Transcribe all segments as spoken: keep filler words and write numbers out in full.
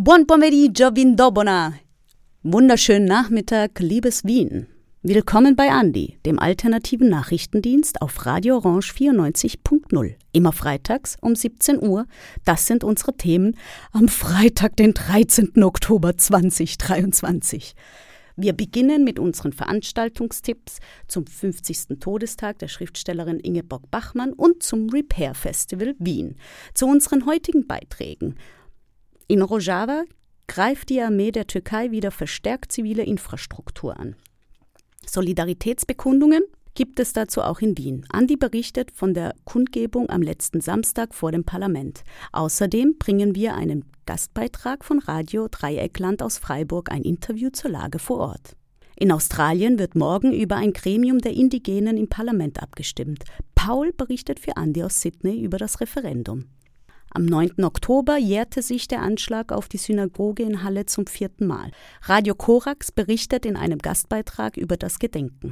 Buon pomeriggio, Vindobona! Wunderschönen Nachmittag, liebes Wien. Willkommen bei Andi, dem alternativen Nachrichtendienst auf Radio Orange vierundneunzig Punkt null. Immer freitags um siebzehn Uhr. Das sind unsere Themen am Freitag, den dreizehnten Oktober zweitausenddreiundzwanzig. Wir beginnen mit unseren Veranstaltungstipps zum fünfzigsten Todestag der Schriftstellerin Ingeborg Bachmann und zum Repair Festival Wien. Zu unseren heutigen Beiträgen. In Rojava greift die Armee der Türkei wieder verstärkt zivile Infrastruktur an. Solidaritätsbekundungen gibt es dazu auch in Wien. Andi berichtet von der Kundgebung am letzten Samstag vor dem Parlament. Außerdem bringen wir einen Gastbeitrag von Radio Dreieckland aus Freiburg, ein Interview zur Lage vor Ort. In Australien wird morgen über ein Gremium der Indigenen im Parlament abgestimmt. Paul berichtet für Andi aus Sydney über das Referendum. Am neunten Oktober jährte sich der Anschlag auf die Synagoge in Halle zum vierten Mal. Radio Korax berichtet in einem Gastbeitrag über das Gedenken.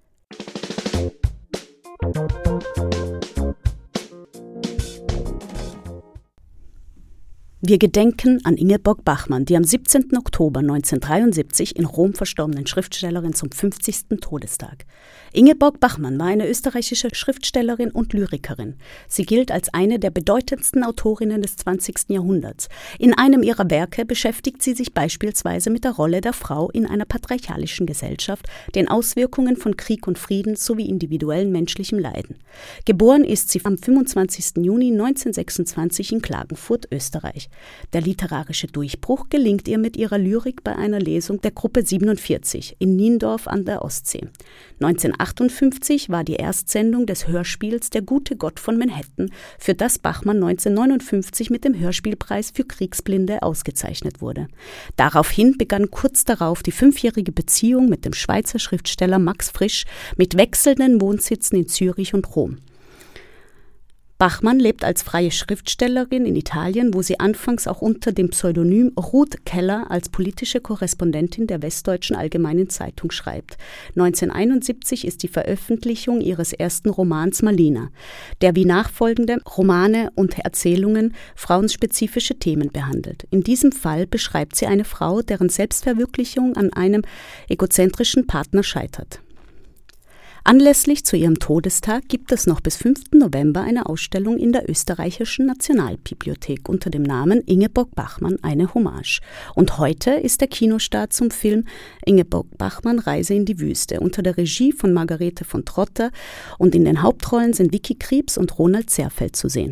Wir gedenken an Ingeborg Bachmann, die am siebzehnten Oktober neunzehnhundertdreiundsiebzig in Rom verstorbenen Schriftstellerin zum fünfzigsten Todestag. Ingeborg Bachmann war eine österreichische Schriftstellerin und Lyrikerin. Sie gilt als eine der bedeutendsten Autorinnen des zwanzigsten Jahrhunderts. In einem ihrer Werke beschäftigt sie sich beispielsweise mit der Rolle der Frau in einer patriarchalischen Gesellschaft, den Auswirkungen von Krieg und Frieden sowie individuellen menschlichem Leiden. Geboren ist sie am fünfundzwanzigsten Juni neunzehnhundertsechsundzwanzig in Klagenfurt, Österreich. Der literarische Durchbruch gelingt ihr mit ihrer Lyrik bei einer Lesung der Gruppe siebenundvierzig in Niendorf an der Ostsee. neunzehnhundertachtundfünfzig war die Erstsendung des Hörspiels Der gute Gott von Manhattan, für das Bachmann neunzehnhundertneunundfünfzig mit dem Hörspielpreis für Kriegsblinde ausgezeichnet wurde. Daraufhin begann kurz darauf die fünfjährige Beziehung mit dem Schweizer Schriftsteller Max Frisch mit wechselnden Wohnsitzen in Zürich und Rom. Bachmann lebt als freie Schriftstellerin in Italien, wo sie anfangs auch unter dem Pseudonym Ruth Keller als politische Korrespondentin der Westdeutschen Allgemeinen Zeitung schreibt. neunzehnhunderteinundsiebzig ist die Veröffentlichung ihres ersten Romans Malina, der wie nachfolgende Romane und Erzählungen frauenspezifische Themen behandelt. In diesem Fall beschreibt sie eine Frau, deren Selbstverwirklichung an einem egozentrischen Partner scheitert. Anlässlich zu ihrem Todestag gibt es noch bis fünften November eine Ausstellung in der Österreichischen Nationalbibliothek unter dem Namen Ingeborg Bachmann, eine Hommage. Und heute ist der Kinostart zum Film Ingeborg Bachmann, Reise in die Wüste unter der Regie von Margarete von Trotter, und in den Hauptrollen sind Vicky Kriebs und Ronald Zerfeld zu sehen.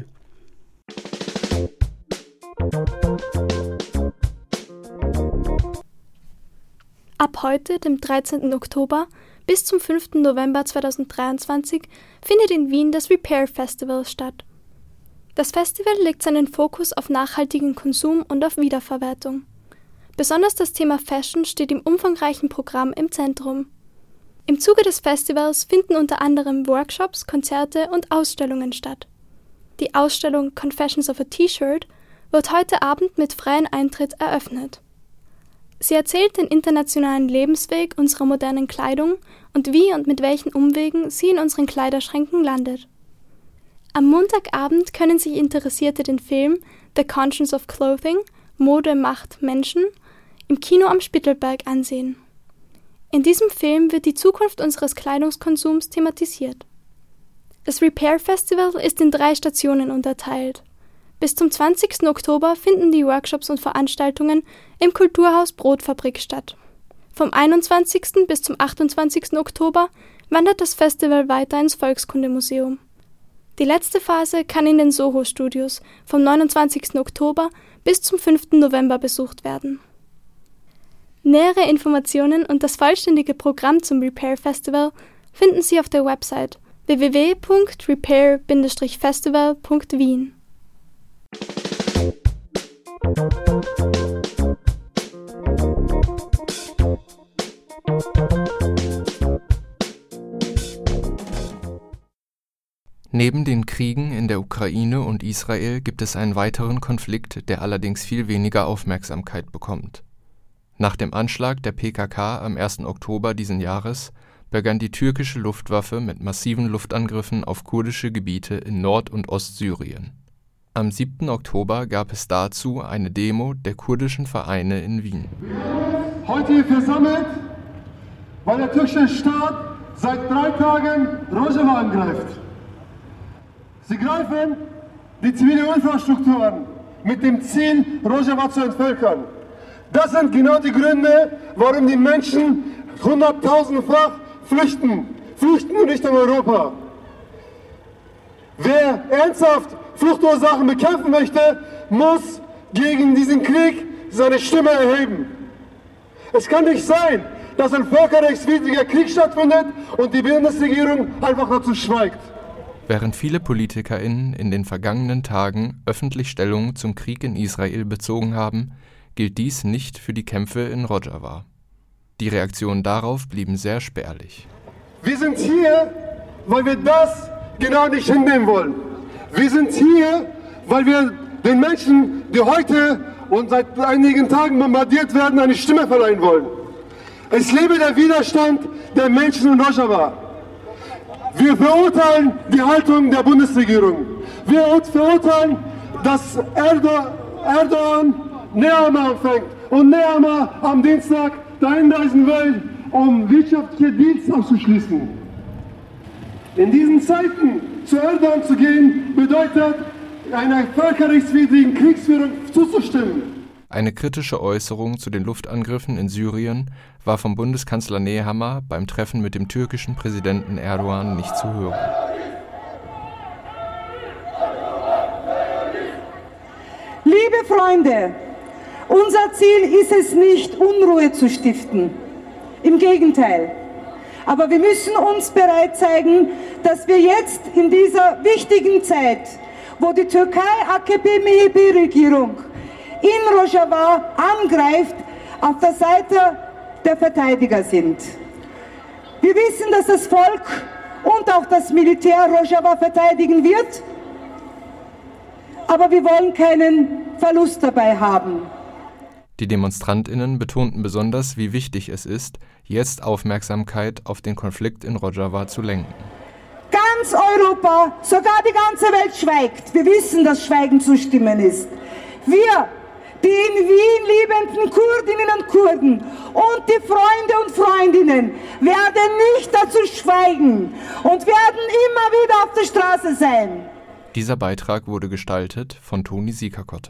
Ab heute, dem dreizehnten Oktober, bis zum fünften November zweitausenddreiundzwanzig findet in Wien das Repair Festival statt. Das Festival legt seinen Fokus auf nachhaltigen Konsum und auf Wiederverwertung. Besonders das Thema Fashion steht im umfangreichen Programm im Zentrum. Im Zuge des Festivals finden unter anderem Workshops, Konzerte und Ausstellungen statt. Die Ausstellung Confessions of a T-Shirt wird heute Abend mit freiem Eintritt eröffnet. Sie erzählt den internationalen Lebensweg unserer modernen Kleidung und wie und mit welchen Umwegen sie in unseren Kleiderschränken landet. Am Montagabend können sich Interessierte den Film The Conscience of Clothing – Mode macht Menschen im Kino am Spittelberg ansehen. In diesem Film wird die Zukunft unseres Kleidungskonsums thematisiert. Das Repair Festival ist in drei Stationen unterteilt. Bis zum zwanzigsten Oktober finden die Workshops und Veranstaltungen im Kulturhaus Brotfabrik statt. Vom einundzwanzigsten bis zum achtundzwanzigsten Oktober wandert das Festival weiter ins Volkskundemuseum. Die letzte Phase kann in den Soho-Studios vom neunundzwanzigsten Oktober bis zum fünften November besucht werden. Nähere Informationen und das vollständige Programm zum Repair Festival finden Sie auf der Website w w w punkt repair Bindestrich festival punkt wien. Neben den Kriegen in der Ukraine und Israel gibt es einen weiteren Konflikt, der allerdings viel weniger Aufmerksamkeit bekommt. Nach dem Anschlag der P K K am ersten Oktober diesen Jahres begann die türkische Luftwaffe mit massiven Luftangriffen auf kurdische Gebiete in Nord- und Ostsyrien. Am siebten Oktober gab es dazu eine Demo der kurdischen Vereine in Wien. Heute hier versammelt, weil der türkische Staat seit drei Tagen Rojava angreift. Sie greifen die zivile Infrastruktur an, mit dem Ziel, Rojava zu entvölkern. Das sind genau die Gründe, warum die Menschen hunderttausendfach flüchten, flüchten in Richtung Europa. Wer ernsthaft Fluchtursachen bekämpfen möchte, muss gegen diesen Krieg seine Stimme erheben. Es kann nicht sein, dass ein völkerrechtswidriger Krieg stattfindet und die Bundesregierung einfach dazu schweigt. Während viele PolitikerInnen in den vergangenen Tagen öffentlich Stellung zum Krieg in Israel bezogen haben, gilt dies nicht für die Kämpfe in Rojava. Die Reaktionen darauf blieben sehr spärlich. Wir sind hier, weil wir das genau nicht hinnehmen wollen. Wir sind hier, weil wir den Menschen, die heute und seit einigen Tagen bombardiert werden, eine Stimme verleihen wollen. Es lebe der Widerstand der Menschen in Rojava. Wir verurteilen die Haltung der Bundesregierung. Wir verurteilen, dass Erdo- Erdogan Nehammer empfängt und Nehammer am Dienstag dahin reisen will, um wirtschaftliche Deals abzuschließen. In diesen Zeiten zu Erdogan zu gehen, bedeutet, einer völkerrechtswidrigen Kriegsführung zuzustimmen. Eine kritische Äußerung zu den Luftangriffen in Syrien war vom Bundeskanzler Nehammer beim Treffen mit dem türkischen Präsidenten Erdogan nicht zu hören. Liebe Freunde, unser Ziel ist es nicht, Unruhe zu stiften. Im Gegenteil. Aber wir müssen uns bereit zeigen, dass wir jetzt in dieser wichtigen Zeit, wo die Türkei-A K P-M H P-Regierung in Rojava angreift, auf der Seite der Verteidiger sind. Wir wissen, dass das Volk und auch das Militär Rojava verteidigen wird, aber wir wollen keinen Verlust dabei haben. Die DemonstrantInnen betonten besonders, wie wichtig es ist, jetzt Aufmerksamkeit auf den Konflikt in Rojava zu lenken. Ganz Europa, sogar die ganze Welt schweigt. Wir wissen, dass Schweigen zustimmen ist. Wir, die in Wien liebenden Kurdinnen und Kurden und die Freunde und Freundinnen werden nicht dazu schweigen und werden immer wieder auf der Straße sein. Dieser Beitrag wurde gestaltet von Toni Siekerkotte.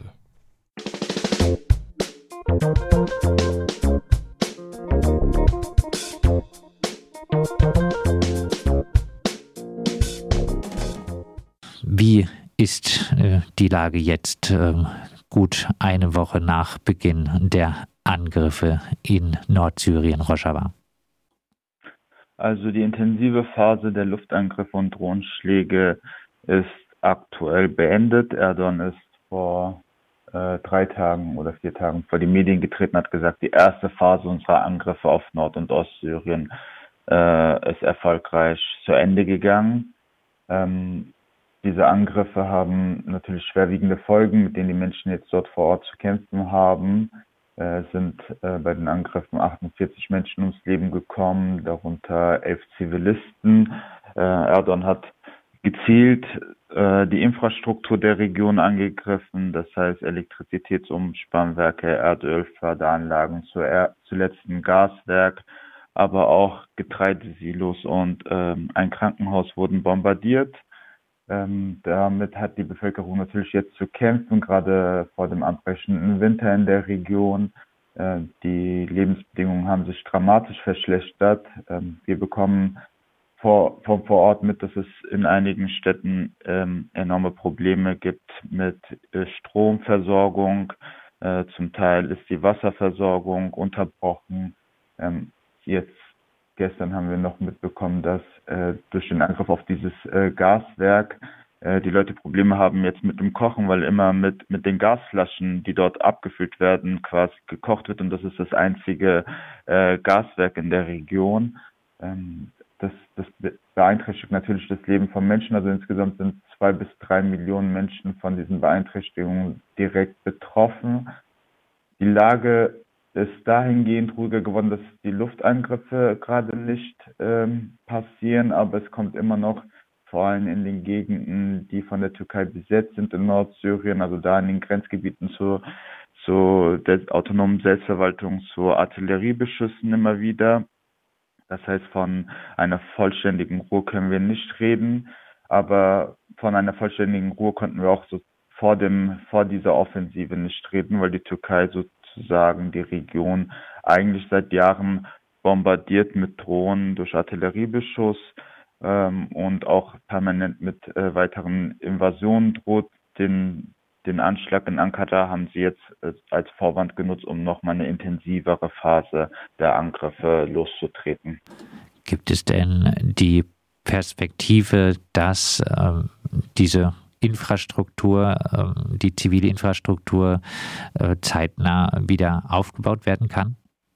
Wie ist äh, die Lage jetzt, äh, gut eine Woche nach Beginn der Angriffe in Nordsyrien, Rojava? Also die intensive Phase der Luftangriffe und Drohnenschläge ist aktuell beendet. Erdogan ist vor äh, drei Tagen oder vier Tagen vor die Medien getreten, hat gesagt, die erste Phase unserer Angriffe auf Nord- und Ostsyrien äh, ist erfolgreich zu Ende gegangen. Ähm, diese Angriffe haben natürlich schwerwiegende Folgen, mit denen die Menschen jetzt dort vor Ort zu kämpfen haben. Es äh, sind äh, bei den Angriffen achtundvierzig Menschen ums Leben gekommen, darunter elf Zivilisten. Äh, Erdogan hat gezielt äh, die Infrastruktur der Region angegriffen, das heißt Elektrizitätsumspannwerke, Erdölförderanlagen, zuletzt ein Gaswerk, aber auch Getreidesilos und ähm, ein Krankenhaus wurden bombardiert. Ähm, damit hat die Bevölkerung natürlich jetzt zu kämpfen, gerade vor dem anbrechenden Winter in der Region. Äh, die Lebensbedingungen haben sich dramatisch verschlechtert. Ähm, wir bekommen vor, von vor Ort mit, dass es in einigen Städten ähm, enorme Probleme gibt mit äh, Stromversorgung. Äh, zum Teil ist die Wasserversorgung unterbrochen. Ähm, jetzt Gestern haben wir noch mitbekommen, dass äh, durch den Angriff auf dieses äh, Gaswerk äh, die Leute Probleme haben jetzt mit dem Kochen, weil immer mit, mit den Gasflaschen, die dort abgefüllt werden, quasi gekocht wird. Und das ist das einzige äh, Gaswerk in der Region. Ähm, das, das beeinträchtigt natürlich das Leben von Menschen. Also insgesamt sind zwei bis drei Millionen Menschen von diesen Beeinträchtigungen direkt betroffen. Die Lage ist dahingehend ruhiger geworden, dass die Luftangriffe gerade nicht ähm, passieren, aber es kommt immer noch vor allem in den Gegenden, die von der Türkei besetzt sind in Nordsyrien, also da in den Grenzgebieten zu, zu der autonomen Selbstverwaltung, zu Artilleriebeschüssen immer wieder. Das heißt, von einer vollständigen Ruhe können wir nicht reden, aber von einer vollständigen Ruhe konnten wir auch so vor dem, vor dieser Offensive nicht reden, weil die Türkei sozusagen die Region eigentlich seit Jahren bombardiert mit Drohnen durch Artilleriebeschuss ähm, und auch permanent mit äh, weiteren Invasionen droht. Den, den Anschlag in Ankara haben sie jetzt äh, als Vorwand genutzt, um nochmal eine intensivere Phase der Angriffe loszutreten. Gibt es denn die Perspektive, dass äh, diese Infrastruktur, äh, die zivile Infrastruktur äh, zeitnah wieder aufgebaut werden kann?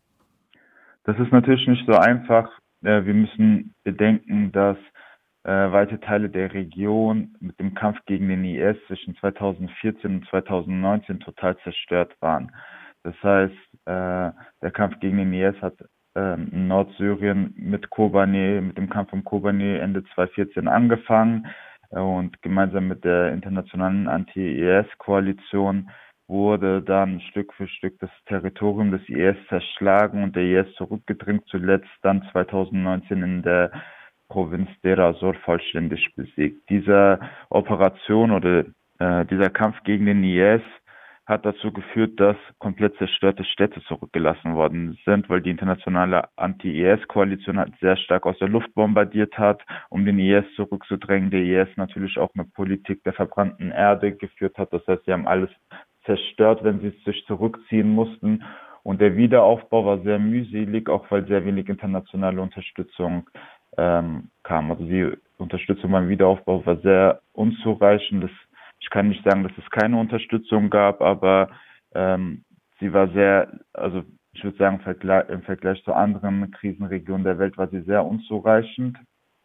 Das ist natürlich nicht so einfach. Äh, wir müssen bedenken, dass äh, weite Teile der Region mit dem Kampf gegen den I S zwischen zweitausendvierzehn und zweitausendneunzehn total zerstört waren. Das heißt, äh, der Kampf gegen den I S hat äh, in Nordsyrien mit Kobane, mit dem Kampf um Kobane Ende zweitausendvierzehn angefangen äh, und gemeinsam mit der internationalen Anti-I S-Koalition wurde dann Stück für Stück das Territorium des I S zerschlagen und der I S zurückgedrängt, zuletzt dann zweitausendneunzehn in der Provinz Deir ez-Zor vollständig besiegt. Diese Operation oder äh, dieser Kampf gegen den I S hat dazu geführt, dass komplett zerstörte Städte zurückgelassen worden sind, weil die internationale Anti-I S-Koalition halt sehr stark aus der Luft bombardiert hat, um den I S zurückzudrängen. Der I S natürlich auch eine Politik der verbrannten Erde geführt hat. Das heißt, sie haben alles zerstört, wenn sie sich zurückziehen mussten. Und der Wiederaufbau war sehr mühselig, auch weil sehr wenig internationale Unterstützung ähm, kam. Also die Unterstützung beim Wiederaufbau war sehr unzureichend. Das, ich kann nicht sagen, dass es keine Unterstützung gab, aber ähm, sie war sehr, also ich würde sagen, im Vergleich, im Vergleich zu anderen Krisenregionen der Welt war sie sehr unzureichend.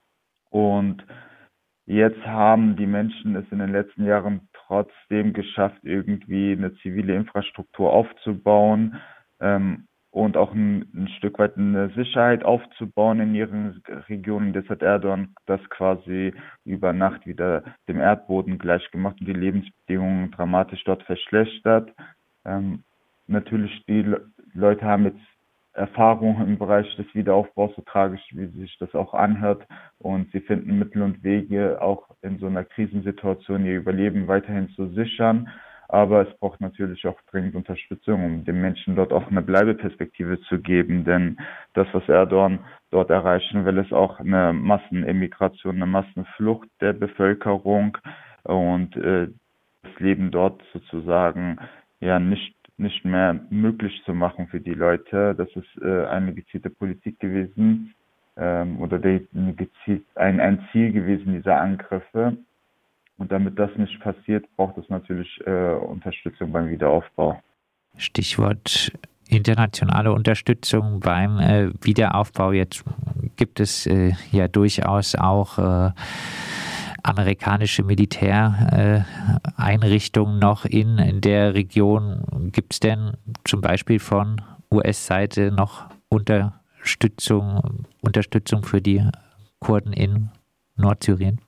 Und jetzt haben die Menschen es in den letzten Jahren trotzdem geschafft, irgendwie eine zivile Infrastruktur aufzubauen ähm, und auch ein, ein Stück weit eine Sicherheit aufzubauen in ihren Regionen. Das hat Erdogan das quasi über Nacht wieder dem Erdboden gleichgemacht und die Lebensbedingungen dramatisch dort verschlechtert. Ähm, natürlich, die Le- Leute haben jetzt Erfahrung im Bereich des Wiederaufbaus, so tragisch wie sich das auch anhört. Und sie finden Mittel und Wege, auch in so einer Krisensituation ihr Überleben weiterhin zu sichern. Aber es braucht natürlich auch dringend Unterstützung, um den Menschen dort auch eine Bleibeperspektive zu geben. Denn das, was Erdogan dort erreichen will, ist auch eine Massenemigration, eine Massenflucht der Bevölkerung und äh, das Leben dort sozusagen ja nicht nicht mehr möglich zu machen für die Leute. Das ist äh, eine gezielte Politik gewesen ähm, oder der, eine gezielt, ein, ein Ziel gewesen dieser Angriffe. Und damit das nicht passiert, braucht es natürlich äh, Unterstützung beim Wiederaufbau. Stichwort internationale Unterstützung beim äh, Wiederaufbau. Jetzt gibt es äh, ja durchaus auch äh, amerikanische Militäreinrichtungen äh, noch in der Region. Gibt es denn zum Beispiel von U S-Seite noch Unterstützung, Unterstützung für die Kurden in Nordsyrien?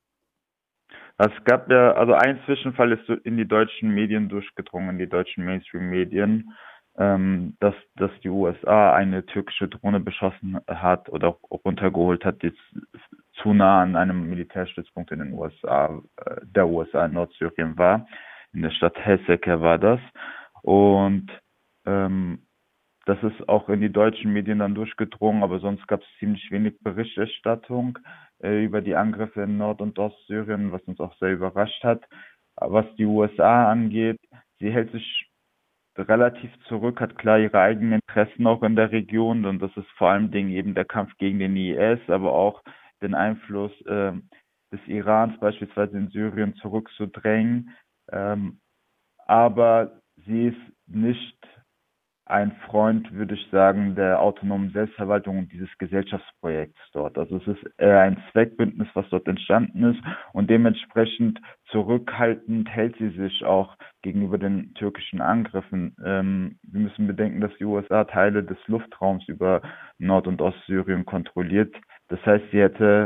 Es gab ja, also ein Zwischenfall ist in die deutschen Medien durchgedrungen, in die deutschen Mainstream-Medien, ähm, dass, dass die U S A eine türkische Drohne beschossen hat oder runtergeholt hat, die zu nah an einem Militärstützpunkt in den U S A, äh, der U S A in Nordsyrien war. In der Stadt Heseke war das. Und ähm, das ist auch in die deutschen Medien dann durchgedrungen, aber sonst gab es ziemlich wenig Berichterstattung äh, über die Angriffe in Nord- und Ostsyrien, was uns auch sehr überrascht hat. Was die U S A angeht, sie hält sich relativ zurück, hat klar ihre eigenen Interessen auch in der Region und das ist vor allem eben der Kampf gegen den I S, aber auch den Einfluss äh, des Irans beispielsweise in Syrien zurückzudrängen. Ähm, aber sie ist nicht ein Freund, würde ich sagen, der autonomen Selbstverwaltung und dieses Gesellschaftsprojekts dort. Also es ist eher ein Zweckbündnis, was dort entstanden ist und dementsprechend zurückhaltend hält sie sich auch gegenüber den türkischen Angriffen. Ähm, wir müssen bedenken, dass die U S A Teile des Luftraums über Nord- und Ostsyrien kontrolliert. Das heißt, sie hätte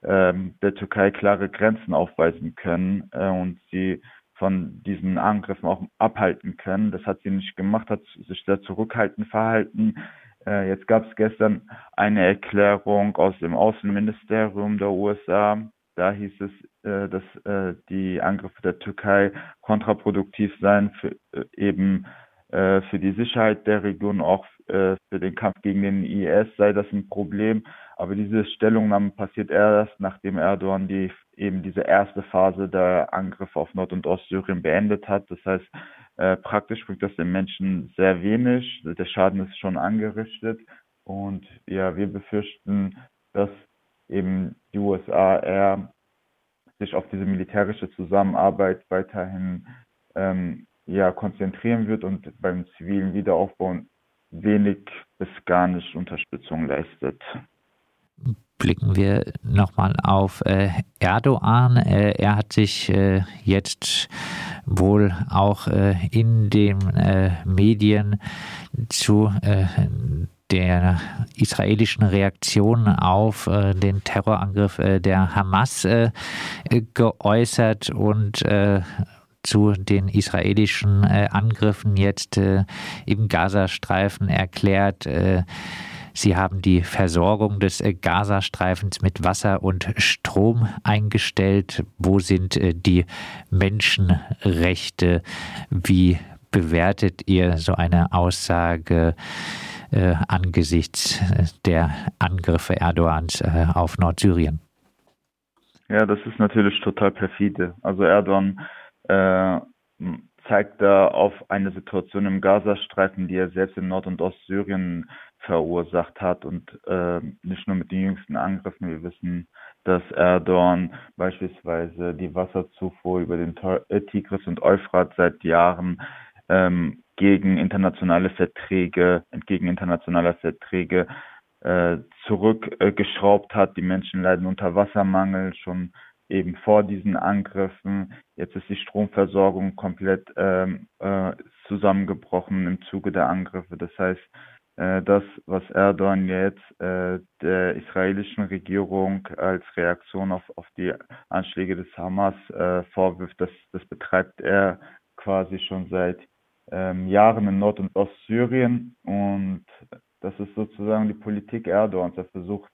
ähm, der Türkei klare Grenzen aufweisen können äh, und sie von diesen Angriffen auch abhalten können. Das hat sie nicht gemacht, hat sich sehr zurückhaltend verhalten. Äh, jetzt gab es gestern eine Erklärung aus dem Außenministerium der U S A. Da hieß es, äh, dass äh, die Angriffe der Türkei kontraproduktiv seien für äh, eben äh, für die Sicherheit der Region, auch äh, für den Kampf gegen den I S sei das ein Problem. Aber diese Stellungnahme passiert erst, nachdem Erdogan die eben diese erste Phase der Angriffe auf Nord- und Ostsyrien beendet hat. Das heißt, äh, praktisch bringt das den Menschen sehr wenig. Der Schaden ist schon angerichtet. Und ja, wir befürchten, dass eben die U S A eher sich auf diese militärische Zusammenarbeit weiterhin ähm, ja, konzentrieren wird und beim zivilen Wiederaufbau wenig bis gar nicht Unterstützung leistet. Blicken wir nochmal auf äh, Erdogan. Äh, er hat sich äh, jetzt wohl auch äh, in den äh, Medien zu äh, der israelischen Reaktion auf äh, den Terrorangriff äh, der Hamas äh, geäußert und äh, zu den israelischen äh, Angriffen jetzt äh, im Gazastreifen erklärt, äh, sie haben die Versorgung des äh, Gazastreifens mit Wasser und Strom eingestellt. Wo sind äh, die Menschenrechte? Wie bewertet ihr so eine Aussage äh, angesichts der Angriffe Erdogans äh, auf Nordsyrien? Ja, das ist natürlich total perfide. Also Erdogan äh, zeigt da auf eine Situation im Gazastreifen, die er selbst in Nord- und Ostsyrien verursacht hat und äh, nicht nur mit den jüngsten Angriffen. Wir wissen, dass Erdogan beispielsweise die Wasserzufuhr über den Tigris und Euphrat seit Jahren ähm, gegen internationale Verträge, entgegen internationaler Verträge äh, zurückgeschraubt äh, hat. Die Menschen leiden unter Wassermangel schon eben vor diesen Angriffen. Jetzt ist die Stromversorgung komplett ähm, äh, zusammengebrochen im Zuge der Angriffe. Das heißt, äh, das, was Erdogan jetzt äh, der israelischen Regierung als Reaktion auf, auf die Anschläge des Hamas äh, vorwirft, das, das betreibt er quasi schon seit ähm, Jahren in Nord- und Ostsyrien. Und das ist sozusagen die Politik Erdogans. Er versucht,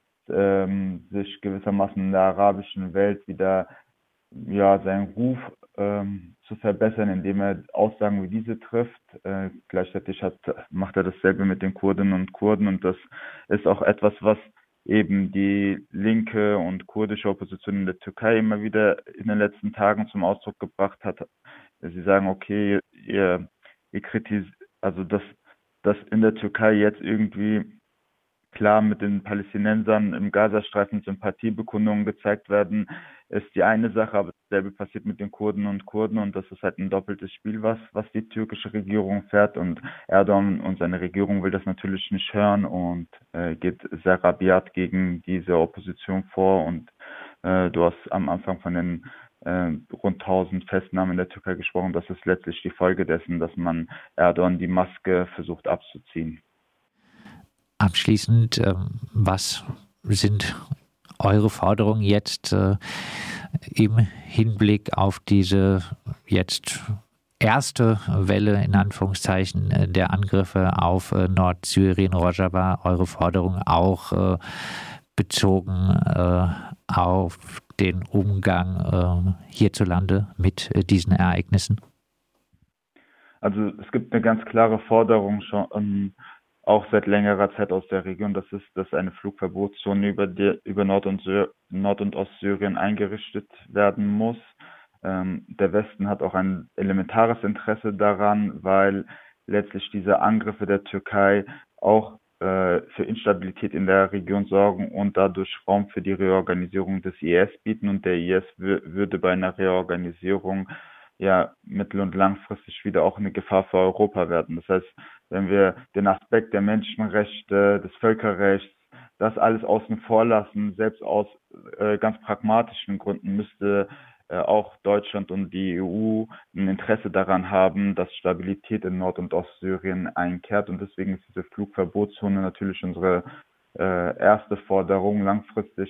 ähm, sich gewissermaßen in der arabischen Welt wieder ja, seinen Ruf ähm, zu verbessern, indem er Aussagen wie diese trifft. Äh, gleichzeitig hat, macht er dasselbe mit den Kurdinnen und Kurden und das ist auch etwas, was eben die linke und kurdische Opposition in der Türkei immer wieder in den letzten Tagen zum Ausdruck gebracht hat. Sie sagen, okay, ihr, ihr kritisiert, also dass, dass in der Türkei jetzt irgendwie klar mit den Palästinensern im Gazastreifen Sympathiebekundungen gezeigt werden, ist die eine Sache, aber dasselbe passiert mit den Kurden und Kurden und das ist halt ein doppeltes Spiel, was, was die türkische Regierung fährt und Erdogan und seine Regierung will das natürlich nicht hören und äh, geht sehr rabiat gegen diese Opposition vor und äh, du hast am Anfang von den äh, rund tausend Festnahmen in der Türkei gesprochen, das ist letztlich die Folge dessen, dass man Erdogan die Maske versucht abzuziehen. Abschließend, was sind eure Forderungen jetzt äh, im Hinblick auf diese jetzt erste Welle in Anführungszeichen der Angriffe auf äh, Nordsyrien, Rojava, eure Forderungen auch äh, bezogen äh, auf den Umgang äh, hierzulande mit äh, diesen Ereignissen? Also es gibt eine ganz klare Forderung schon um, auch seit längerer Zeit aus der Region, das ist, dass eine Flugverbotszone über, die, über Nord- und, Syr, Nord- und Ostsyrien eingerichtet werden muss. Ähm, der Westen hat auch ein elementares Interesse daran, weil letztlich diese Angriffe der Türkei auch äh, für Instabilität in der Region sorgen und dadurch Raum für die Reorganisierung des I S bieten. Und der I S w- würde bei einer Reorganisierung ja mittel- und langfristig wieder auch eine Gefahr für Europa werden. Das heißt, wenn wir den Aspekt der Menschenrechte, des Völkerrechts, das alles außen vor lassen, selbst aus äh, ganz pragmatischen Gründen müsste äh, auch Deutschland und die E U ein Interesse daran haben, dass Stabilität in Nord- und Ostsyrien einkehrt. Und deswegen ist diese Flugverbotszone natürlich unsere äh, erste Forderung. Langfristig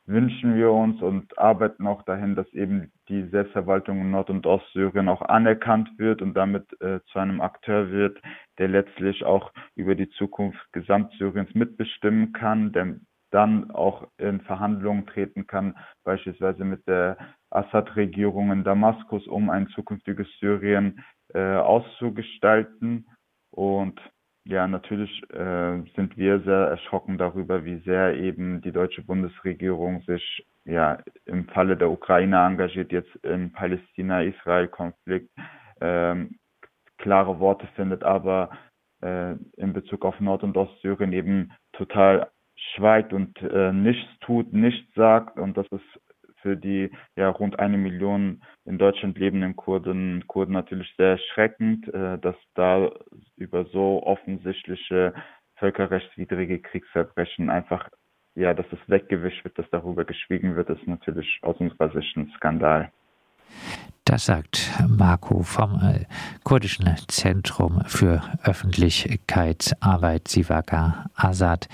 wünschen wir uns und arbeiten auch dahin, dass eben die Selbstverwaltung in Nord- und Ostsyrien auch anerkannt wird und damit äh, zu einem Akteur wird, der letztlich auch über die Zukunft Gesamtsyriens mitbestimmen kann, der dann auch in Verhandlungen treten kann, beispielsweise mit der Assad-Regierung in Damaskus, um ein zukünftiges Syrien äh, auszugestalten. Und ja, natürlich äh, sind wir sehr erschrocken darüber, wie sehr eben die deutsche Bundesregierung sich ja im Falle der Ukraine engagiert, jetzt im Palästina-Israel-Konflikt ähm, klare Worte findet, aber äh, in Bezug auf Nord- und Ostsyrien eben total schweigt und äh, nichts tut, nichts sagt. Und das ist für die ja rund eine Million in Deutschland lebenden Kurden, Kurden natürlich sehr erschreckend, äh, dass da über so offensichtliche völkerrechtswidrige Kriegsverbrechen einfach, ja, dass das weggewischt wird, dass darüber geschwiegen wird, ist natürlich aus unserer Sicht ein Skandal. Das sagt Marco vom äh, Kurdischen Zentrum für Öffentlichkeitsarbeit Sivaka Azad.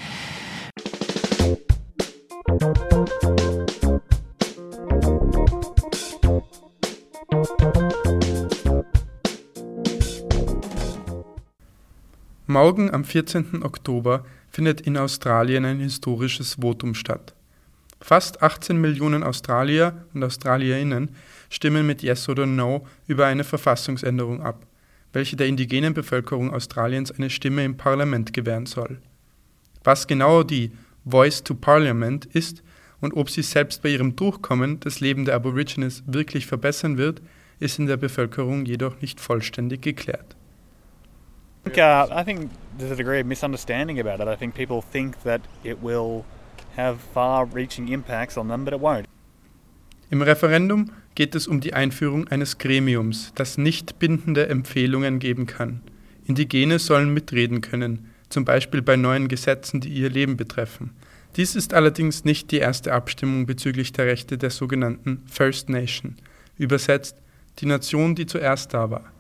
Morgen am vierzehnten Oktober findet in Australien ein historisches Votum statt. Fast achtzehn Millionen Australier und AustralierInnen stimmen mit Yes oder No über eine Verfassungsänderung ab, welche der indigenen Bevölkerung Australiens eine Stimme im Parlament gewähren soll. Was genau die Voice to Parliament ist und ob sie selbst bei ihrem Durchkommen das Leben der Aborigines wirklich verbessern wird, ist in der Bevölkerung jedoch nicht vollständig geklärt. I think, uh, I think there's a degree of misunderstanding about it. I think people think that it will have far-reaching impacts on them, but it won't. Im Referendum geht es um die Einführung eines Gremiums, das nicht bindende Empfehlungen geben kann. Indigene sollen mitreden können, zum Beispiel bei neuen Gesetzen, die ihr Leben betreffen. Dies ist allerdings nicht die erste Abstimmung bezüglich der Rechte der sogenannten First Nation, übersetzt die Nation, die zuerst da war.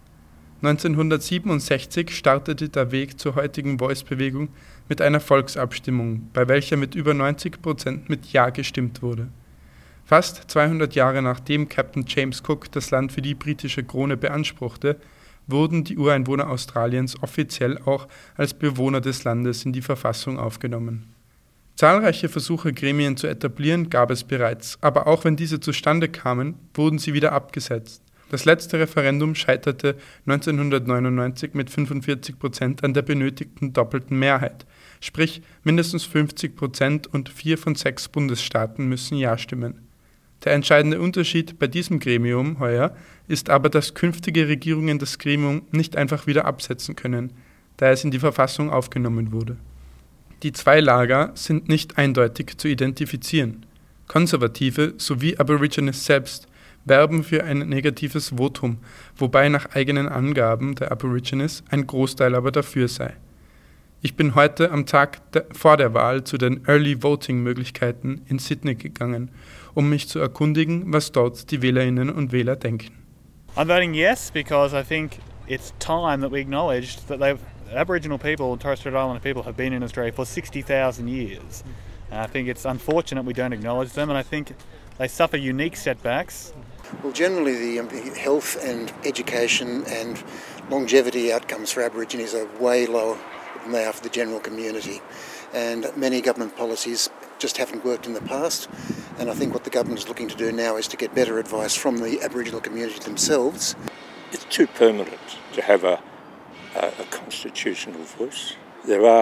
neunzehnhundertsiebenundsechzig startete der Weg zur heutigen Voice-Bewegung mit einer Volksabstimmung, bei welcher mit über neunzig Prozent mit Ja gestimmt wurde. Fast zweihundert Jahre nachdem Captain James Cook das Land für die britische Krone beanspruchte, wurden die Ureinwohner Australiens offiziell auch als Bewohner des Landes in die Verfassung aufgenommen. Zahlreiche Versuche, Gremien zu etablieren, gab es bereits, aber auch wenn diese zustande kamen, wurden sie wieder abgesetzt. Das letzte Referendum scheiterte neunzehnhundertneunundneunzig mit fünfundvierzig Prozent an der benötigten doppelten Mehrheit, sprich mindestens fünfzig Prozent und vier von sechs Bundesstaaten müssen Ja stimmen. Der entscheidende Unterschied bei diesem Gremium heuer ist aber, dass künftige Regierungen das Gremium nicht einfach wieder absetzen können, da es in die Verfassung aufgenommen wurde. Die zwei Lager sind nicht eindeutig zu identifizieren. Konservative sowie Aborigines selbst werben für ein negatives Votum, wobei nach eigenen Angaben der Aborigines ein Großteil aber dafür sei. Ich bin heute am Tag de- vor der Wahl zu den Early Voting Möglichkeiten in Sydney gegangen, um mich zu erkundigen, was dort die Wählerinnen und Wähler denken. I'm voting yes because I think it's time that we acknowledge that they've, Aboriginal people and Torres Strait Islander people have been in Australia for sixty thousand years. And I think it's unfortunate we don't acknowledge them, and I think they suffer unique setbacks. Well, generally the um, health and education and longevity outcomes for Aborigines are way lower than they are for the general community. And many government policies just haven't worked in the past. And I think what the government is looking to do now is to get better advice from the Aboriginal community themselves. It's too permanent to have a, a, a constitutional voice. There are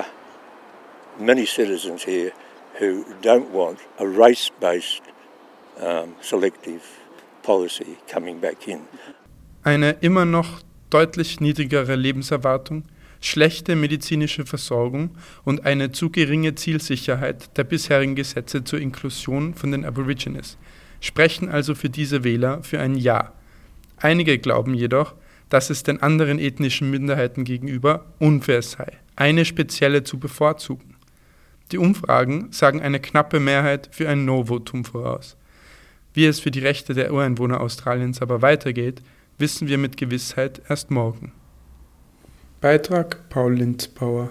many citizens here who don't want a race-based um, selective policy coming back in. Eine immer noch deutlich niedrigere Lebenserwartung, schlechte medizinische Versorgung und eine zu geringe Zielsicherheit der bisherigen Gesetze zur Inklusion von den Aborigines sprechen also für diese Wähler für ein Ja. Einige glauben jedoch, dass es den anderen ethnischen Minderheiten gegenüber unfair sei, eine spezielle zu bevorzugen. Die Umfragen sagen eine knappe Mehrheit für ein No-Votum voraus. Wie es für die Rechte der Ureinwohner Australiens aber weitergeht, wissen wir mit Gewissheit erst morgen. Beitrag Paul Linzbauer.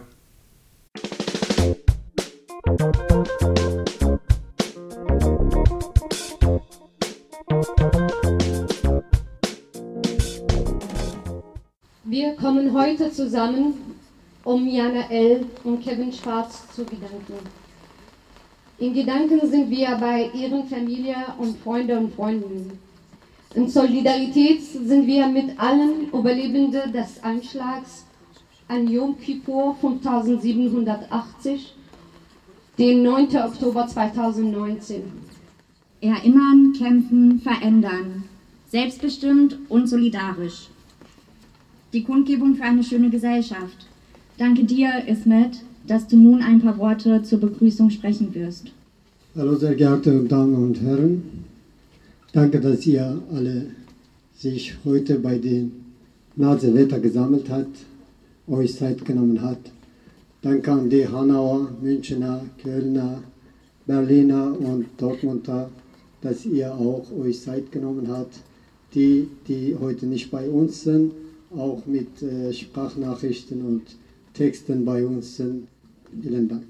Wir kommen heute zusammen, um Jana L. und Kevin Schwarz zu gedenken. In Gedanken sind wir bei ihren Familie und Freunde und Freundinnen. In Solidarität sind wir mit allen Überlebenden des Anschlags an Yom Kippur fünftausendsiebenhundertachtzig, den neunten Oktober zweitausendneunzehn. Erinnern, kämpfen, verändern. Selbstbestimmt und solidarisch. Die Kundgebung für eine schöne Gesellschaft. Danke dir, Ismet, dass du nun ein paar Worte zur Begrüßung sprechen wirst. Hallo sehr geehrte Damen und Herren. Danke, dass ihr alle sich heute bei dem Nasewetter gesammelt habt, euch Zeit genommen habt. Danke an die Hanauer, Münchner, Kölner, Berliner und Dortmunder, dass ihr auch euch Zeit genommen habt. Die, die heute nicht bei uns sind, auch mit äh, Sprachnachrichten und Texten bei uns sind. Vielen Dank.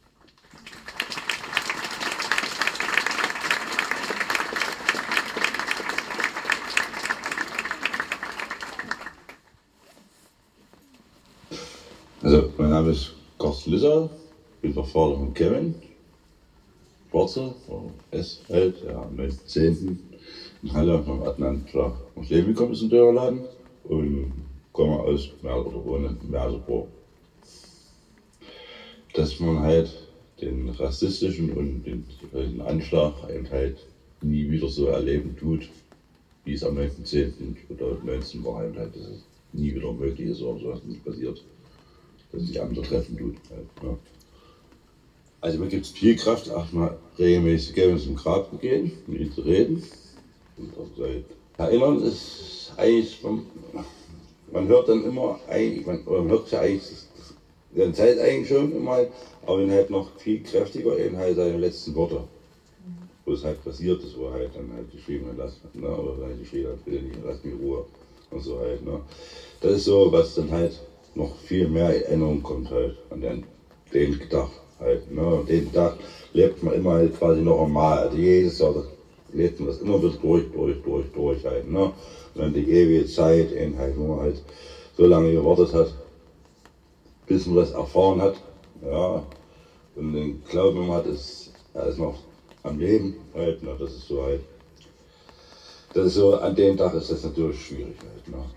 Also, mein Name ist Carsten Lisser, bin der Vater von Kevin Schwarzer, S halt, der am neunten zehnten in Halle am Atlantik ums Leben gekommen ist im Dörrladen und komme aus Merl oder wohne in Merseburg. Dass man halt den rassistischen und den, den Anschlag eben halt nie wieder so erleben tut, wie es am neunten zehnten zweitausendneunzehn war, halt, dass es nie wieder möglich ist oder sowas nicht passiert. Dass sich andere treffen tut. Halt, ja. Also mir gibt es viel Kraft, auch mal regelmäßig Kevin zum Grab zu gehen, mit ihm zu reden. Und also, erinnern ist eigentlich, man, man hört dann immer, eigentlich, man, man hört ja eigentlich die ganze Zeit eigentlich schon immer, aber dann halt noch viel kräftiger eben halt seine letzten Worte. Wo es halt passiert ist, wo er halt dann halt geschrieben hat, lass, ne, oder halt geschrieben hat, bitte nicht, lass mich in Ruhe und so halt. Ne. Das ist so, was dann halt noch viel mehr Erinnerung kommt halt an den, den Tag halt. Ne. Den Tag lebt man immer halt quasi noch einmal. Also jedes Jahr lebt man das immer wieder durch, durch, durch, durch halt. Ne. Und dann die ewige Zeit eben halt, wo man halt so lange gewartet hat, bis man das erfahren hat. Ja. Und den Glauben man hat, ist, er ist noch am Leben halt. Ne. Das ist so halt. Das ist so, an dem Tag ist das natürlich schwierig halt. Ne.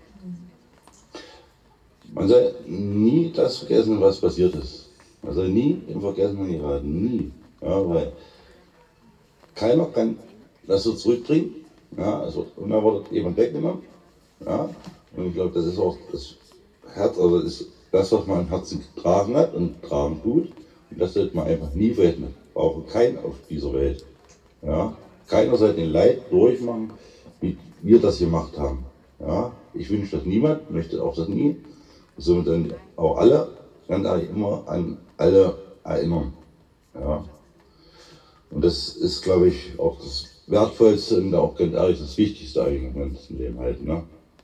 Man soll nie das vergessen, was passiert ist. Man soll nie im Vergessen geraten, nie. Ja, weil keiner kann das so zurückbringen. Ja, es wird unerwartet jemand weggenommen. Ja, und ich glaube, das ist auch das Herz, also das, ist das, was man im Herzen getragen hat und tragen tut. Und das sollte man einfach nie vergessen. Brauchen keinen auf dieser Welt. Ja, keiner sollte den Leid durchmachen, wie wir das gemacht haben. Ja, ich wünsche das niemand, möchte auch das nie. Somit dann auch alle, ganz ehrlich, immer an alle erinnern. Ja. Und das ist, glaube ich, auch das Wertvollste und auch ganz ehrlich das Wichtigste eigentlich im ganzen Leben halt. Ne?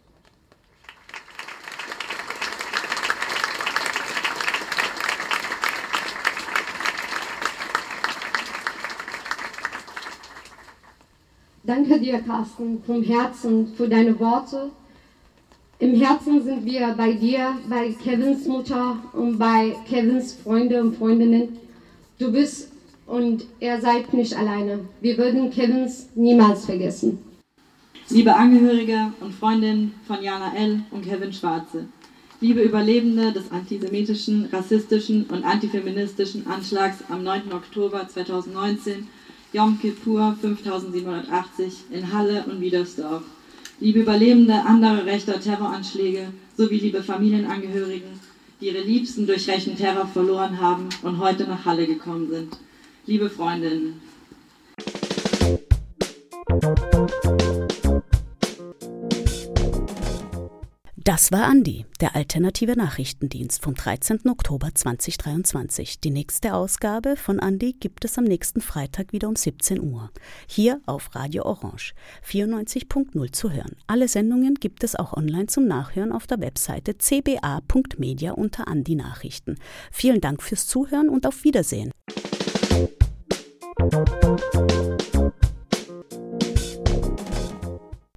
Danke dir, Carsten, vom Herzen für deine Worte. Im Herzen sind wir bei dir, bei Kevins Mutter und bei Kevins Freunde und Freundinnen. Du bist und ihr seid nicht alleine. Wir würden Kevins niemals vergessen. Liebe Angehörige und Freundinnen von Jana L. und Kevin Schwarze, liebe Überlebende des antisemitischen, rassistischen und antifeministischen Anschlags am neunten Oktober zweitausendneunzehn, Yom Kippur fünftausendsiebenhundertachtzig in Halle und Wiedersdorf. Liebe Überlebende anderer rechter Terroranschläge sowie liebe Familienangehörigen, die ihre Liebsten durch rechten Terror verloren haben und heute nach Halle gekommen sind. Liebe Freundinnen. Das war Andi, der alternative Nachrichtendienst vom dreizehnten Oktober zweitausenddreiundzwanzig. Die nächste Ausgabe von Andi gibt es am nächsten Freitag wieder um siebzehn Uhr. Hier auf Radio Orange vierundneunzig Punkt null zu hören. Alle Sendungen gibt es auch online zum Nachhören auf der Webseite c b a punkt media unter Andi Nachrichten. Vielen Dank fürs Zuhören und auf Wiedersehen.